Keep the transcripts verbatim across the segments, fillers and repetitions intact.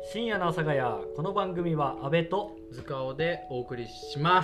深夜の阿佐ヶ谷。この番組は阿部と塚尾でお送りします。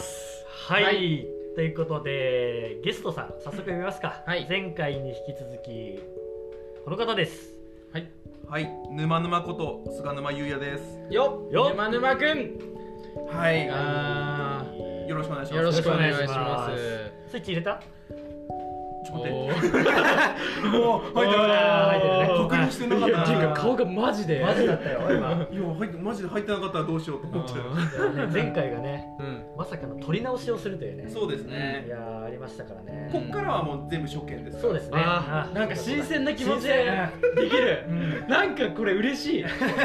はい、 はい、 ということでゲストさん早速呼びますか、 はい、 前回に引き続きこの方です。 はい、はい、沼沼こと菅沼優也です。 よっよっ沼沼くん。 はい、 あよろしくお願いします。 よろしくお願いします。 スイッチ入れた？ ちょっと待ってもう入ってるね。確認してなかった。 っていうか顔がマジでマジだったよ今。 いや入ってマジで入ってなかったらどうしようと思って。 前回がね、 うん、 まさかの撮り直しをするというね。 そうですね。 いやーありましたからね。 こっからはもう全部初見です。 そうですね。 あなんか新鮮な気持ちでできる。なんかこれ嬉しい。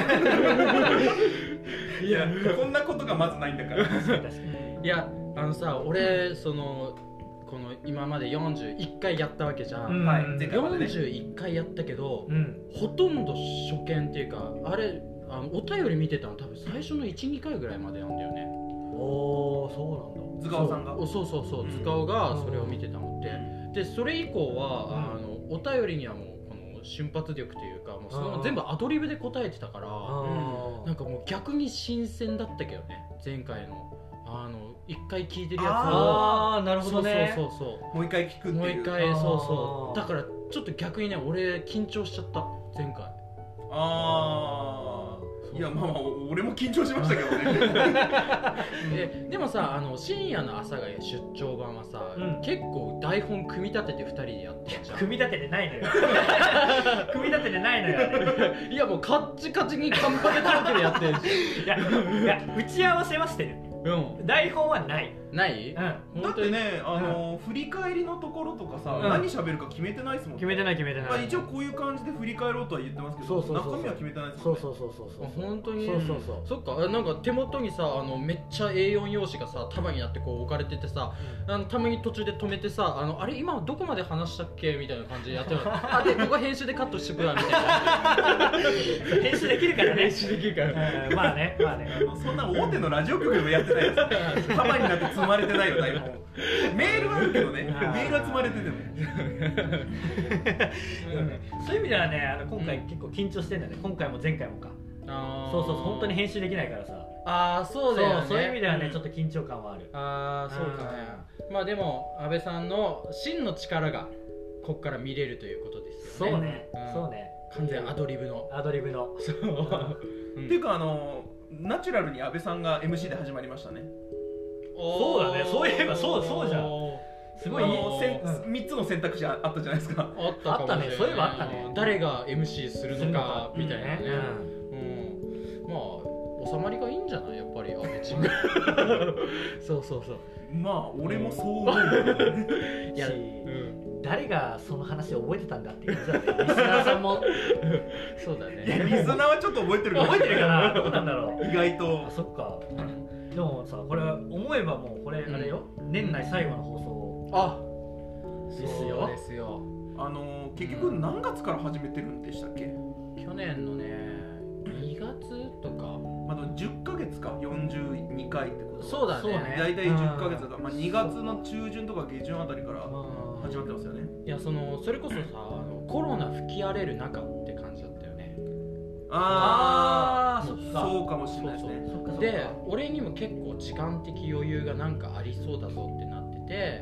いやこんなことがまずないんだから。 確かに。 いやあのさ俺その。この今までよんじゅういっかいやったわけじゃん、 うんはい、前回までね、 よんじゅういっかいやったけど、 うん、 ほとんど初見っていうかあれあのお便り見てたの多分最初の いち,に 回ぐらいまでなんだよね。 おーそうなんだ。 塚尾さんがそうそうそうそう、うん、塚尾がそれを見てたのって、うん、でそれ以降は、うん、あのお便りにはもうこの瞬発力というかもうその全部アドリブで答えてたから、うん、なんかもう逆に新鮮だったけどね前回のあの一回聞いてるやつをああなるほどね。 そうそうそうそうもう一回聞くっていう。 もう一回そうそうだからちょっと逆にね俺緊張しちゃった前回。 ああいやまあまあ俺も緊張しましたけどね。 で, でもさあの深夜の阿佐ヶ谷出張版はさ、うん、結構台本組み立ててふたりでやってるじゃん。 組み立ててないのよ。組み立ててないのよ。 いやもうカッチカチにカンパケトークでやってるし。 いやいや打ち合わせはしてる。うん、台本はないない、 うん、 だってねあの、うん、振り返りのところとかさ、うん、何喋るか決めてないですもんね。 決めてない決めてない、 まあ、一応こういう感じで振り返ろうとは言ってますけど、 そうそうそうそう中身は決めてないですもんね。 そうそうそうそうそう本当にそうそうそうそっかなんか手元にさあのめっちゃ エーよん 用紙がさ束になってこう置かれててさ、うん、あのたまに途中で止めてさあのあれ今どこまで話したっけみたいな感じでやってるあでここ編集でカットしてくだみたいな。 編集できるからね。 編集できるから、 うん、まあねまあねそんな大手のラジオ局でもやってないやつ束になって積まれてないよ台本。メールはあるけどねメールは積まれててもそういう意味ではねあの今回結構緊張してんだよね、うん、今回も前回もか。あそうそう本当に編集できないからさ。 ああそうだよね。 そう、そういう意味ではね、うん、ちょっと緊張感はある。 ああそうかね。まあでも阿部さんの真の力がここから見れるということですよね。 そうね、うん、そうね完全アドリブのアドリブのそう、 うん、っていうかあのナチュラルに阿部さんが エムシー で始まりましたね。 そうだねそういえばそうそうじゃん。すごいみっつの選択肢あったじゃないですか。 あったかもしれない。 あったねそういえばあったね。 誰が エムシー するのかみたいなね、 うんうん、まあ収まりがいいんじゃないやっぱり阿部ちんがそうそうそうまあ俺もそう思ういや、うん、誰がその話を覚えてたんだっていう感じだったよリスナーさんもそうだね。 いやリスナーはちょっと覚えてるかも覚えてるかなどうなんだろう意外と。 あそっか、うん、でもさこれ思えばもうこれあれよ、うん、年内最後の放送あですよ。 そうですよ。 あのー、結局何月から始めてるんでしたっけ。 去年のねにがつとかまだじゅっかげつかよんじゅうにかいってこと。 そうだねだいたいじゅっかげつだから、まあ、にがつの中旬とか下旬あたりから始まってますよね。 いやそのそれこそさあのコロナ吹き荒れる中って感じだったよね。 ああそっかそうかもしれないですね。 そうそうで俺にも結構時間的余裕がなんかありそうだぞってなってて、うん、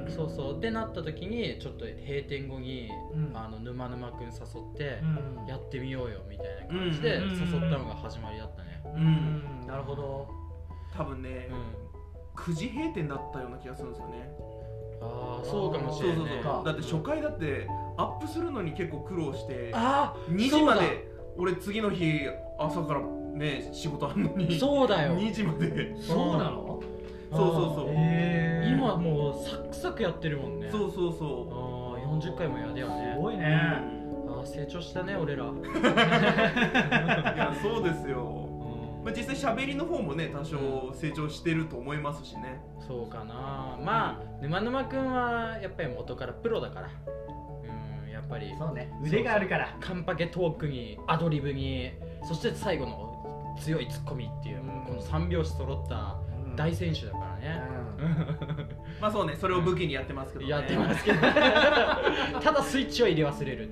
そうそうってなった時にちょっと閉店後に、うん、あの沼沼くん誘ってやってみようよみたいな感じで誘ったのが始まりだったね。 うん、うん、なるほど。 多分ね、うん、くじ閉店だったような気がするんですよね。 ああそうかもしれない。 そうそうそうだって初回だってアップするのに結構苦労してあにじまで俺次の日朝からね仕事あんのにそうだよにじまで。 そうなの。 そうそうそう。 今もうサクサクやってるもんね。 そうそうそう。 ああよんじゅっかいもやでよね。 すごいね。 ああ成長したね俺ら。いやそうですよ。まあ、実際喋りの方もね多少成長してると思いますしね。 そうかな。まあ沼沼くんはやっぱり元からプロだから。うんやっぱりそうね腕があるから。 カンパケトークにアドリブにそして最後の強いツッコミっていう、うん、このさんびょうし揃った大選手だからね、 まあそうね、それを武器にやってますけどね。 やってますけどただスイッチは入れ忘れる、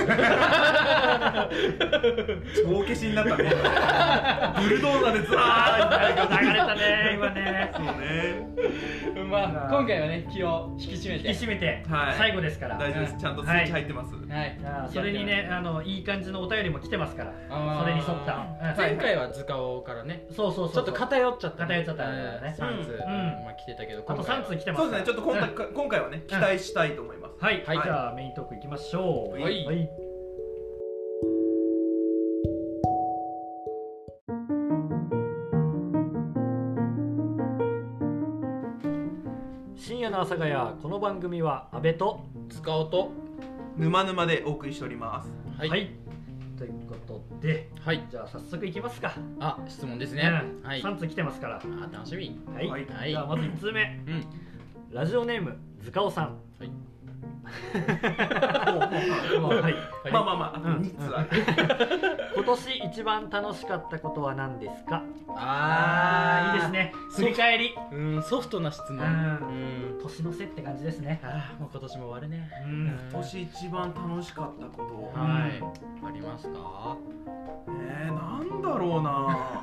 帳消しになったねブルドーザーでずらー流れたね今ね。 そうね。 まあ今回はね気を引き締めて引き締めて、 はい、 最後ですから大丈夫です。ちゃんとスイッチ入ってます。 はい、 はい、それにね、あのいい感じのお便りも来てますから、それに沿った、 前回は塚尾からね、 そうそうそう、 ちょっと偏っちゃった偏っちゃったね、 さん通、まあ来てたけど、 あとさん通来てます。 そうですね、ちょっと今回今回はね期待したいと思います。 はい、じゃあメイントークいきましょう。はい。深夜の阿佐ヶ谷、この番組は阿部と塚尾と沼沼でお送りしております。 はい、はい、ということで、 はい、 じゃあ早速いきますか。 あ、質問ですね、 うん、はい、さん通来てますから、 あ、楽しみ。 はい、はい、じゃあまずいち通目、うん、ラジオネーム塚尾さん。はいまあまあまあ、に通ある。 今年一番楽しかったことは何ですか。ああ、いいですね。振り返り、 うん、ソフトな質問。うん、 年の瀬って感じですね。 ああ、もう今年も終わるね。 うん、今年一番楽しかったこと、 はい、ありますか。 えー、なんだろうな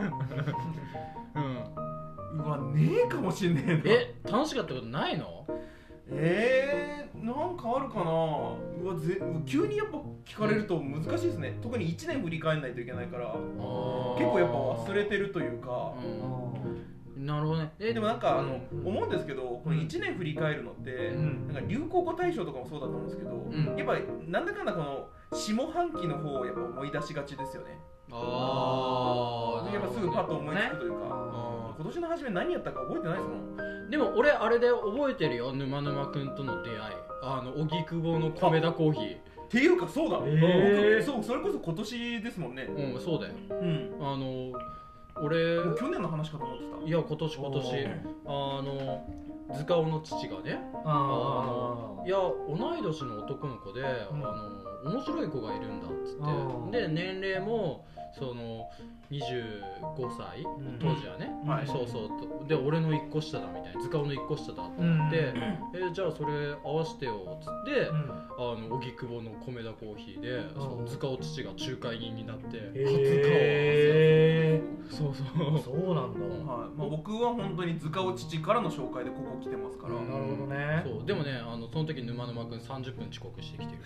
うん、うわ、ねえかもしんねえな。 え、楽しかったことないの。 えー、なんかあるかな。うわ、ぜ急にやっぱ聞かれると難しいですね。特にいちねん振り返らないといけないから結構やっぱ忘れてるというか、 うん、なるほどね。 えー、でもなんかあの、うん、思うんですけど、このいちねん振り返るのって、うん、なんか流行語大賞とかもそうだと思うんですけど、うん、やっぱりなんだかんだこの下半期の方をやっぱ思い出しがちですよね。ああ、やっぱすぐパッと思いつくというか、ね、今年の初め何やったか覚えてないですもん。 でも俺あれで覚えてるよ、沼沼くんとの出会い、あの荻窪の米田コーヒーっていうか、そうだ、えー、そう、それこそ今年ですもんね。 うん、そうだよ、うん、あの俺もう去年の話かと思ってた。 いや、今年今年あの塚尾の父がね、あのいや同い年の男の子で、うん、あの面白い子がいるんだっつって、で年齢もそのにじゅうごさい、うん、当時はね、うん、はい、そうそうで俺のいっこ下だみたいな、塚尾のいっこ下だってなって、うん、えー、じゃあそれ合わせてよっつって、うん、あの荻窪の米田コーヒーで、うん、そう塚尾父が仲介人になって、 へ初顔合わせ、そうそうそうなんだ、 はい、まあ、僕は本当に塚尾父からの紹介でここ来てますから、 うん、なるほどね。 そうでもね、あのその時沼沼くんさんじゅっぷん遅刻してきてる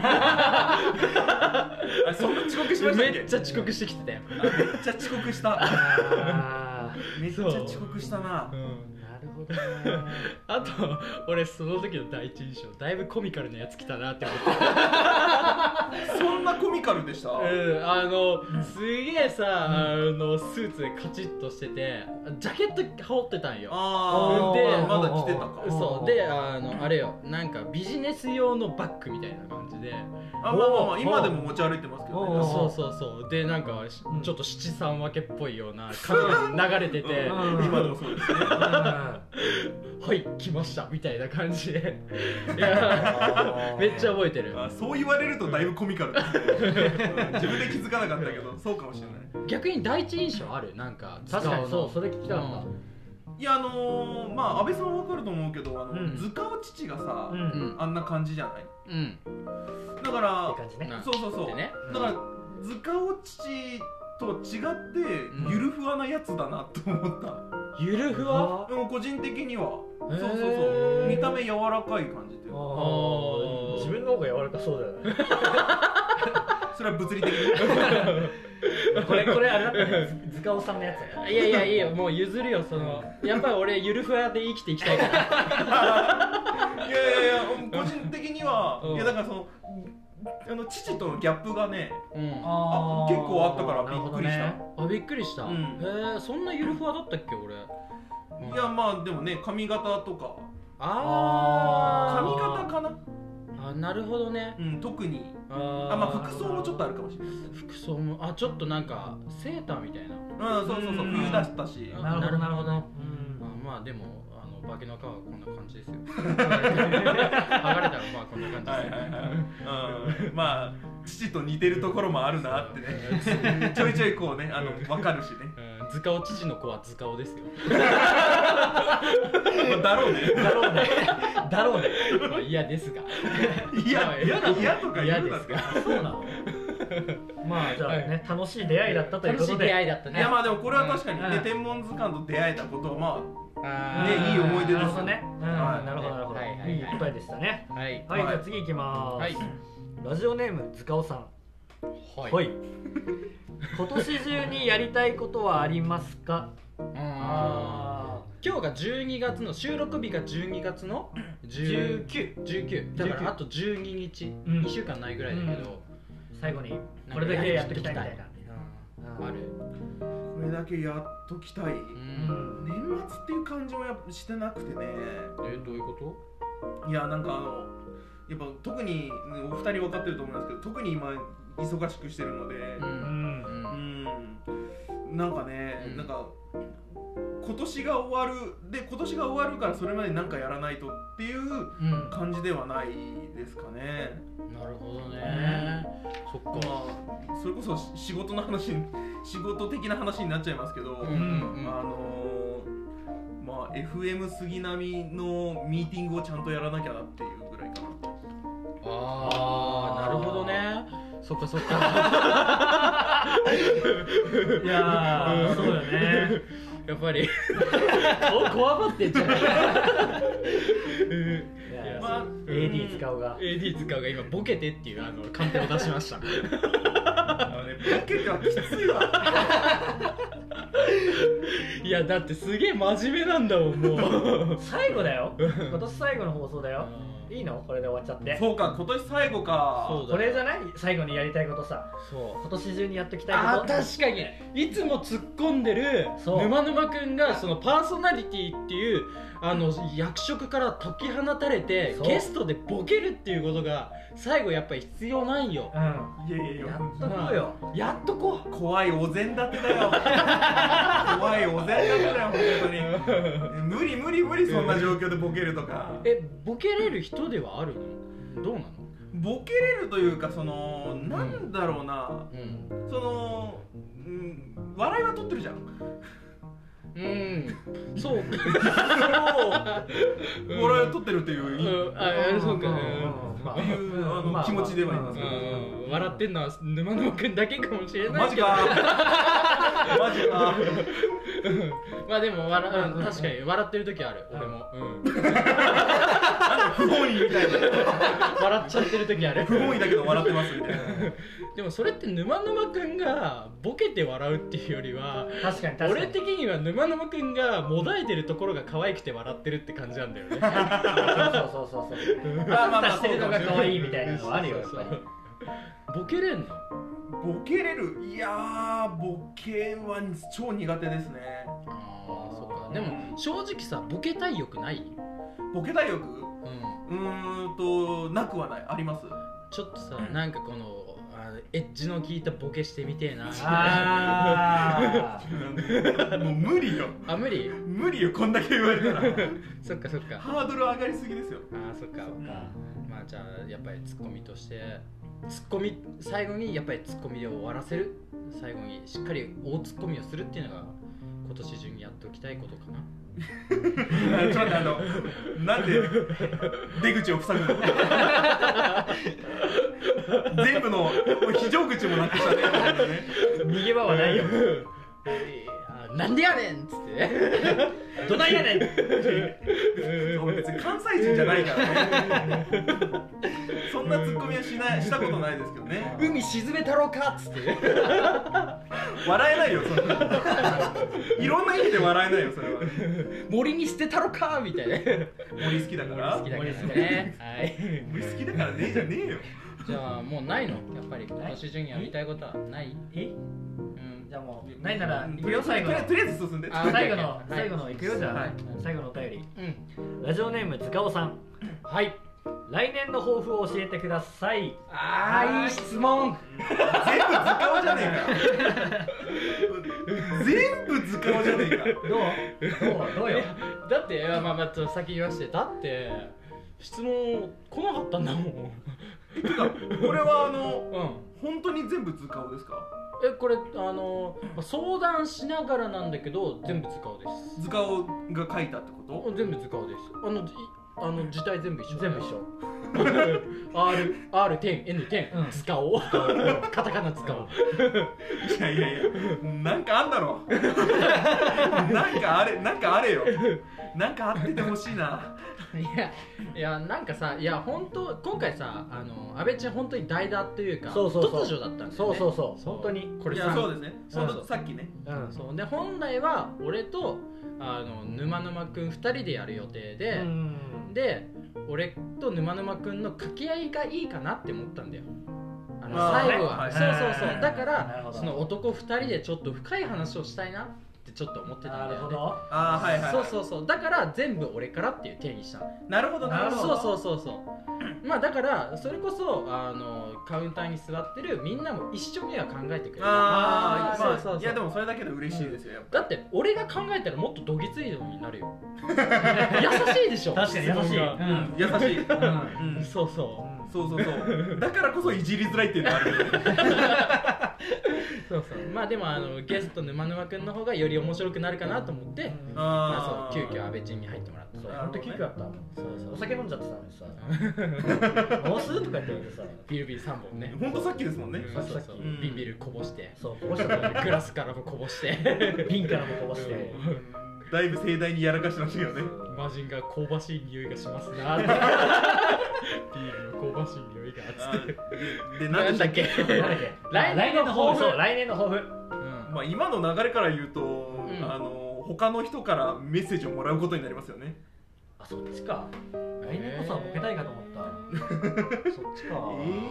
そんな遅刻しましたっけ。 めっちゃ遅刻してきてたよ。 めっちゃ遅刻しためっちゃ遅刻したな。 うん、なるほどね。 あと俺その時の第一印象、だいぶコミカルなやつ来たなって思ってそんなコミカルでした。 うん、あのすげえさ、うん、あのスーツでカチッとしててジャケット羽織ってたんよ。 あでまだ着てたか。 そうで、あのあれよ、なんかビジネス用のバッグみたいな感じで、 あ、まあまあまあ今でも持ち歩いてますけどね。 そうそうそうで、なんかちょっと七三分けっぽいような感じで流れてて今でもそうですねはい来ましたみたいな感じでいやめっちゃ覚えてる。 あ、そう言われるとだいぶコミカルですね自分で気づかなかったけどそうかもしれない。 逆に第一印象ある？なんか確かにそう、それ聞きたかった。 いや、あのー、まあ安倍さんは分かると思うけど、あの、うん、塚尾父がさ、うん、あんな感じじゃない、うん、だからいい感じ、ね、 そうそうそう、ね、だから塚尾父と違ってゆるふわなやつだなと思った。 ゆるふわ？ でも個人的にはそうそうそう、見た目柔らかい感じで。ああ、自分の方が柔らかそうだよねそれは物理的にこれこれあれだったね、塚尾さんのやつ。 いやいやいいよ、もう譲るよ。そのやっぱり俺ゆるふわで生きていきたいからいやいやいや、個人的には、うん、いやだからそのあの父とのギャップがね、うん、あ結構あったからびっくりした、ね、 あ、びっくりした、うん、へえ、そんなゆるふわだったっけ俺、 うん、いやまあでもね、髪型とか、 あ髪型かな。 あ、なるほどね、 うん、特にああ、まあ服装もちょっとあるかもしれない。 服装もあ、ちょっとなんかセーターみたいな。 うん、そうそうそう、冬だったし。 なるほどなるほど、うん、あ、まあでもあの化けの皮はこんな感じですよ剥がれたらまあこんな感じですよ、はいはいはい、 うん、まあ父と似てるところもあるなってねちょいちょいこうね、あの分かるしね、 うん、 図鑑父の子は図鑑ですよだろうねだろうねだろうねまあ嫌ですがいや嫌だ嫌とか言うんだですがそうなのまあじゃあね、はい、楽しい出会いだったということで、 楽しい出会いだったね。 いやまあでもこれは確かにね、 うん、 天文図鑑と出会えたことはまああねいい思い出ですよ。 なるほどね、うん、 はい、 なるほどなるほど、はいはいはい、いい答えでしたね。はい、はい、じゃあ次いきます、はい、ラジオネーム塚尾さん。はい、はい、今年中にやりたいことはありますか？ あ今日がじゅうにがつの収録日がじゅうにがつのじゅうきゅうだからあとじゅうににち、うん、にしゅうかんないぐらいだけど、うん、 最後にこれだけやっときたいみたいな、 あるこれだけやっときたい、うん、年末っていう感じもやっぱしてなくてね。 えどういうこと？ いやなんかあのやっぱ特にお二人分かってると思いますけど、特に今忙しくしてるので、うん、うん、なんかね、うん、なんか今年が終わるで今年が終わるからそれまで何かやらないとっていう感じではないですかね、 うん、なるほどね、うん、そっか、 まあ、それこそ仕事の話仕事的な話になっちゃいますけど、うんうん、あのー、まあ エフエム 杉並のミーティングをちゃんとやらなきゃなっていうぐらいかな。 ああなるほどね、そっかそっかいやー、うん、そうよねやっぱりこわばってんじゃないまあ、 エーディー 使うがエーディー 使うが今ボケてっていうあのカンペを出しましたあの、ね、ボケてはきついわいやだってすげえ真面目なんだもんもう最後だよ今年最後の放送だよいいのこれで終わっちゃって。 そうか今年最後か。 そうだこれじゃない最後にやりたいことさ。そう今年中にやっときたいこと。 あ確かにいつも突っ込んでる沼沼くんがそのパーソナリティっていうあの役職から解き放たれてゲストでボケるっていうことが最後やっぱり必要ないよ、 うん、いやいややっとこうよ、 まあ、やっとこう怖いお膳立てだよ怖いお膳立てだよ本当に無理無理無理そんな状況でボケるとかえボケれる人ではあるの？どうなの？ ボケれるというかそのなんだろうな、うん、その、うん、笑いは取ってるじゃんうん、そう笑いを取ってるっていう、 うん、あそうか、 っていうあの気持ちではいますけど、 笑ってんのは沼沼くんだけかもしれないマジかマジかまあでも笑、うん、確かに笑ってる時ある俺も、うん、 不本意みたいな笑っちゃってる時ある不本意だけど笑ってますみたいなでもそれって沼沼くんがボケて笑うっていうよりは確かに確かに俺的には沼沼くんがもだえてるところが可愛くて笑ってるって感じなんだよねそうそうそうそうそうまあまあまあしてるのが可愛いみたいなのはあるよやっぱりボケれんの？ ボケれるいやーボケは超苦手ですね。 ああそうか。でも正直さボケたい欲ない？ ボケたい欲？うんうーんとなくはない。あります？ ちょっとさ、うん、なんかこのエッジの効いたボケしてみてえなあもう無理よ。 あ無理？ 無理よこんだけ言われたらそっかそっかハードル上がりすぎですよ。 あそっかそっか、うん、まあじゃあやっぱりツッコミとしてツッコミ最後にやっぱりツッコミで終わらせる最後にしっかり大ツッコミをするっていうのが今年中にやっておきたいことかなちょっと待ってあのなんで出口を塞ぐの全部の非常口もなくしたね逃げ場はないよなんでやねんっつってどないやねん俺別に関西人じゃないからねそんなツッコミはしないしたことないですけどね。 海沈めたろうかっつって笑えないよそんないろんな意味で笑えないよそれは森に捨てたろかみたいな森好きだから森好きだからねはい森好きだからねじゃねえよじゃあもうないのやっぱり今年中にやりたいことはないえじゃあもうないなら行くよ最後のとりあえず進んで最後の最後の行くよじゃあ最後のお便りラジオネーム塚尾さんはい来年の抱負を教えてください。 ああいい質問全部塚尾じゃねえか全部塚尾じゃねえかどうどうどうよだってまあまあ先言わしてだって質問来なかったんだもんてかこれはあの、うん、本当に全部塚尾ですか？ えこれあの相談しながらなんだけど全部図鑑です。 図鑑が書いたってこと？ 全部図鑑です。あのあの字体全部一緒。 全部一緒。 R R 点 N 点図鑑をカタカナ図鑑を。 いやいやいや、なんかあんだろ。なんかあれなんかあれよ。なんかあっててほしいな。 いやいやなんかさいや本当今回さあの安倍ちゃん本当に代打っていうかそうそうそう突如だったんだよね。 そうそうそう本当にこれさそうですね。そのさっきね。 うんそうで本来は俺とあの沼沼くんふたりでやる予定で、で俺と沼沼くんの掛け合いがいいかなって思ったんだよ。あの最後は、ね、そうそうそうだからその男ふたりでちょっと深い話をしたいなってちょっと思ってたんだよね。 あーはいはい、 そうそうそうだから全部俺からっていう体にしたの。 なるほどなるほど。 そうそうそうそうまあだからそれこそあのカウンターに座ってるみんなも一緒には考えてくれる。 ああ、まあ、そうそうそういやでもそれだけで嬉しいですよ、やっぱ。 だって俺が考えたらもっとどぎついのになるよ。優しいでしょ。 確かに優しい、 うん、優しい、 うんうん、そうそうそうそうそうだからこそいじりづらいっていうのがあるよね。 そうそうまあでもあのゲスト沼沼くんの方がより面白くなるかなと思って、まあ、そう急遽阿部ちゃんに入ってもらった。 そう本当急遽だったもん。そうそうお酒飲んじゃってたのにさどうするとか言ってさビールビーさんぼんね。 本当さっきですもんね。 そうそうそう瓶ビールこぼしてそうこぼしたからグラスからもこぼして瓶からもこぼしてだいぶ盛大にやらかしてましたけどね。 マジンが香ばしい匂いがしますなビールの香ばしい匂いがつってでなんだっけ来年の抱負。そう来年の抱負。 まあ今の流れから言うとあの他の人からメッセージをもらうことになりますよね。 あそっちか。来年こそはボケたいかと思った。そっちか。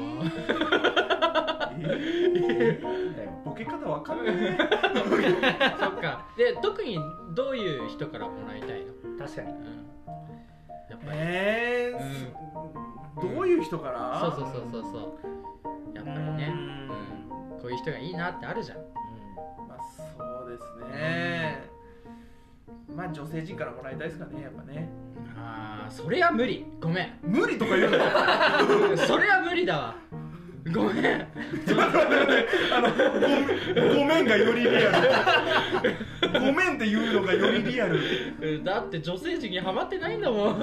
えー、ボケ方わかんない。 そっか。で特にどういう人からもらいたいの？ 確かに。うん、 やっぱり。えーうん、どういう人から？ そうそうそうそうそう。やっぱりね、うん、こういう人がいいなってあるじゃん。うん、 まあそうですね。まあ女性陣からもらいたいですかね、やっぱね。 ああ、それは無理。ごめん。 無理とか言うの？ それは無理だわ。ごめん。 あのご、ごめんがよりリアル。ごめんっていうのがよりリアル。 だって女性陣にハマってないんだもん。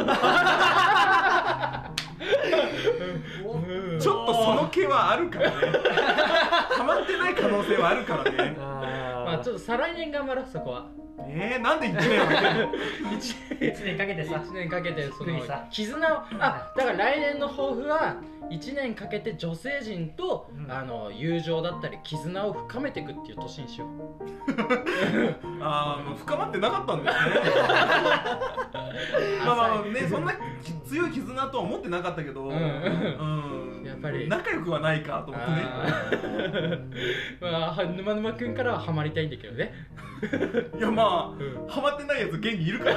ちょっとその気はあるからね。ハマってない可能性はあるからね。 まあちょっと再来年頑張ろうそこは。 えー、なんでいちねんは一年かけてさいちねんかけてその絆をあだから来年の抱負はいちねんかけて女性陣と、うん、あの友情だったり絆を深めていくっていう年にしよう。 ああもう深まってなかったんですね。まあまあねそんな強い絆とは思ってなかったけど、うんうん、やっぱり仲良くはないかと思ってね。 まあ沼沼くんからはハマりたいんだけどね。 いやまあ、うん、ハマってないやつ現にいるからね。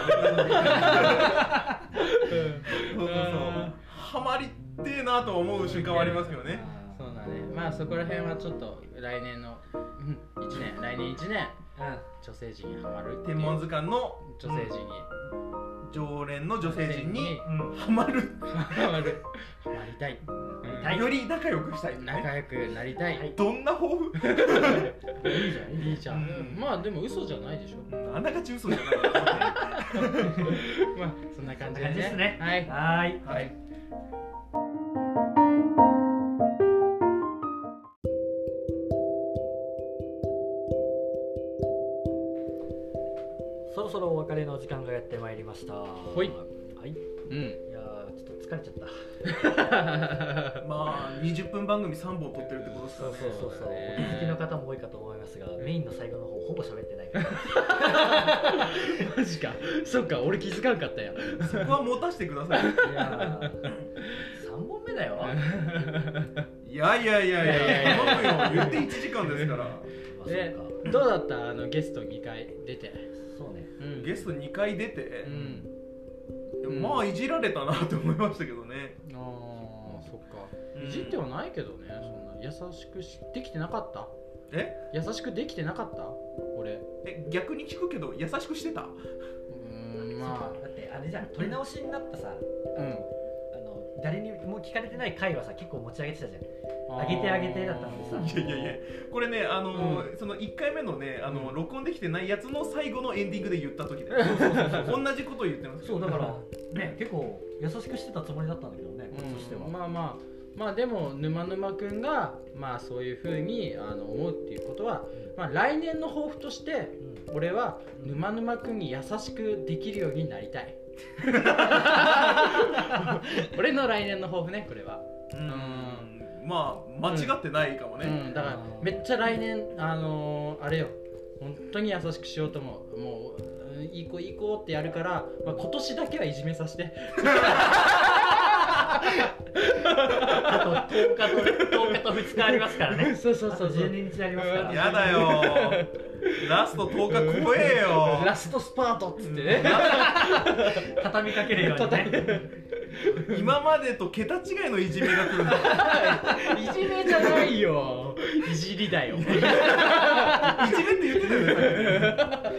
そうそうそうハマりってえなとは思う瞬間はありますけどね。 そうだね。まあそこら辺はちょっと来年のいちねん来年いちねん、うん、女性陣にハマる天文図鑑の女性陣に、 うん、常連の女性陣にハマるハマるハマりたい、 うん、より仲良くしたい、ね、 仲良くなりたい、はい、 どんな抱負？ いいじゃんいいじゃん、うん、まあでも嘘じゃないでしょ、 うん、あながち嘘じゃない。 まあそんな感じでね, ですねはいはいはいそろそろお別れの時間がやってまいりました。はい。 はい。 うん。 いやちょっと疲れちゃった。 まあにじゅっぷん番組さんぼん撮ってるってことですからね。 そうそうそう。お気づきの方も多いかと思いますが、メインの最後の方ほぼ喋ってないから。 マジか。そっか、俺気づかんかったや。 そこは持たせてください。いやさんぼんめだよ。 いやいやいやいや。頼むよ。言っていちじかんですから。 え、どうだったあのゲストにかい出て。 そうね、 うん、ゲストにかい出て、 うん、 まあいじられたなって思いましたけどね。 ああそっか、いじってはないけどね、そんな優しくしできてなかった。 え優しくできてなかった俺。 え逆に聞くけど優しくしてた。 うーんまあだってあれじゃん、撮り直しになったさ、うん、あの誰にも聞かれてない回はさ結構持ち上げてたじゃん。上げて上げてだったのでさ。 いやいやいや、これね、あのーうん、そのいっかいめのね、あのー、録音できてないやつの最後のエンディングで言った時で同じことを言ってますけど。 そうだからね、結構優しくしてたつもりだったんだけどね、こっちとしては。 まあまあまあでも沼沼くんがまあそういう風にあの思うっていうことは、まあ来年の抱負として俺は沼沼くんに優しくできるようになりたい。俺の来年の抱負ね、これは。 うん、まあ間違ってないかもね、 うんうん、だからめっちゃ来年あのー、あれよ、本当に優しくしようと思う。もういい子いい子ってやるから、まあ、今年だけはいじめさせて。 あととおかととおかとふつかありますからね。 そうそうそうそう、 じゅうににちありますから。 やだよラストとおか怖えよ。 ラストスパートっつってね、 畳みかけるようにね。 今までと桁違いのいじめが来るんだ。 いじめじゃないよ、いじりだよ。いじめって言ってたよね。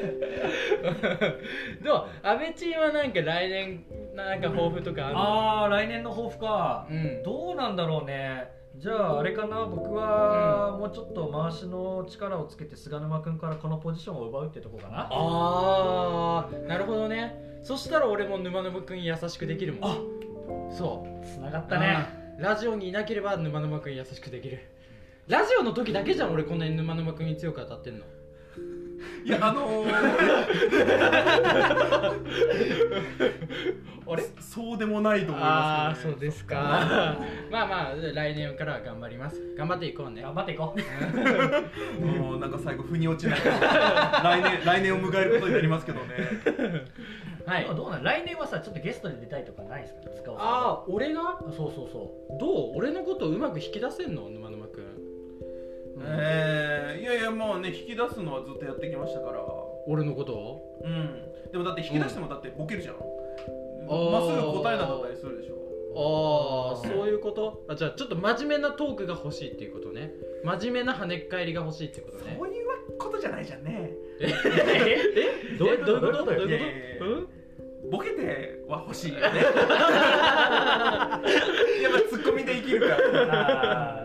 でも阿部チーはなんか来年なんか抱負とかあるの？ ああ、来年の抱負か、うん、どうなんだろうね。じゃああれかな、僕はもうちょっと回しの力をつけて菅沼君からこのポジションを奪うってとこかな。 あー、なるほどね。そしたら俺も沼沼君優しくできるもん。あ、そうつながったね。 ラジオにいなければ沼沼君優しくできる。ラジオの時だけじゃん俺こんなに沼沼君に強く当たってんの。 いや、あのー、あれそうでもないと思いますけど、ね、 あー、そうですか。まあまあ来年からは頑張ります。頑張っていこうね。 頑張っていこう。 もうなんか最後腑に落ちない。来年来年を迎えることになりますけどね。 はい。どうなん？来年はさ、ちょっとゲストで出たいとかないですか？塚尾さん。 ああ、俺が？ そうそうそう。 どう？俺のことをうまく引き出せんの？沼沼くん。 えー、いやいや、まあね、引き出すのはずっとやってきましたから。 俺のことを？ うん。でもだって引き出してもだってボケるじゃん。ま、うん、っすぐ答えなかったりするでしょ。 ああ、そういうこと？あ、じゃあちょっと真面目なトークが欲しいっていうことね。真面目な跳ねっ返りが欲しいってことね。 そういうことじゃないじゃんね。 ええどういうこと？どういうこと？どういうこと？うん？ ボケては欲しいよね。やっぱツッコミで生きるから。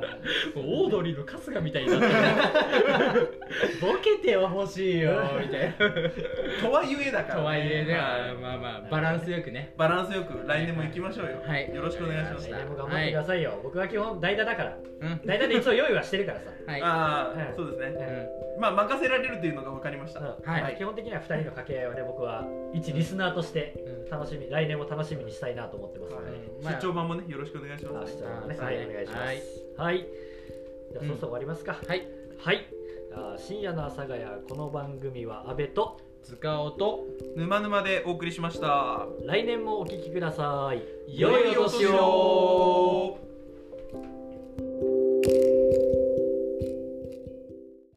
オードリーの春日みたいになってる。ボケては欲しいよみたいな。 とはいえだから、ね。 とはいえね、まあまあバランスよくね。 バランスよく来年も行きましょうよ。 はい。 よろしくお願いします。 来年も頑張ってくださいよ。はい、僕は基本代打だから。 うん、 代打で一応用意はしてるからさ。 はい。ああ、はい、そうですね。うん、まあ任せられるっていうのが分かりました。うん、 はい。基本的にはふたりの掛け合いはね、僕は一リスナーとして楽しみ、うん、来年も楽しみにしたいなと思ってますので、ね。 はい、出張版もね、よろしくお願いします。 出張版もね、はい、お願いします。はい。はい、じゃあそろそろ終わりますか。 はい。 はい。あ、深夜の阿佐ヶ谷、この番組は阿部と塚尾と沼沼でお送りしました。 来年もお聞きください。 良いお年を。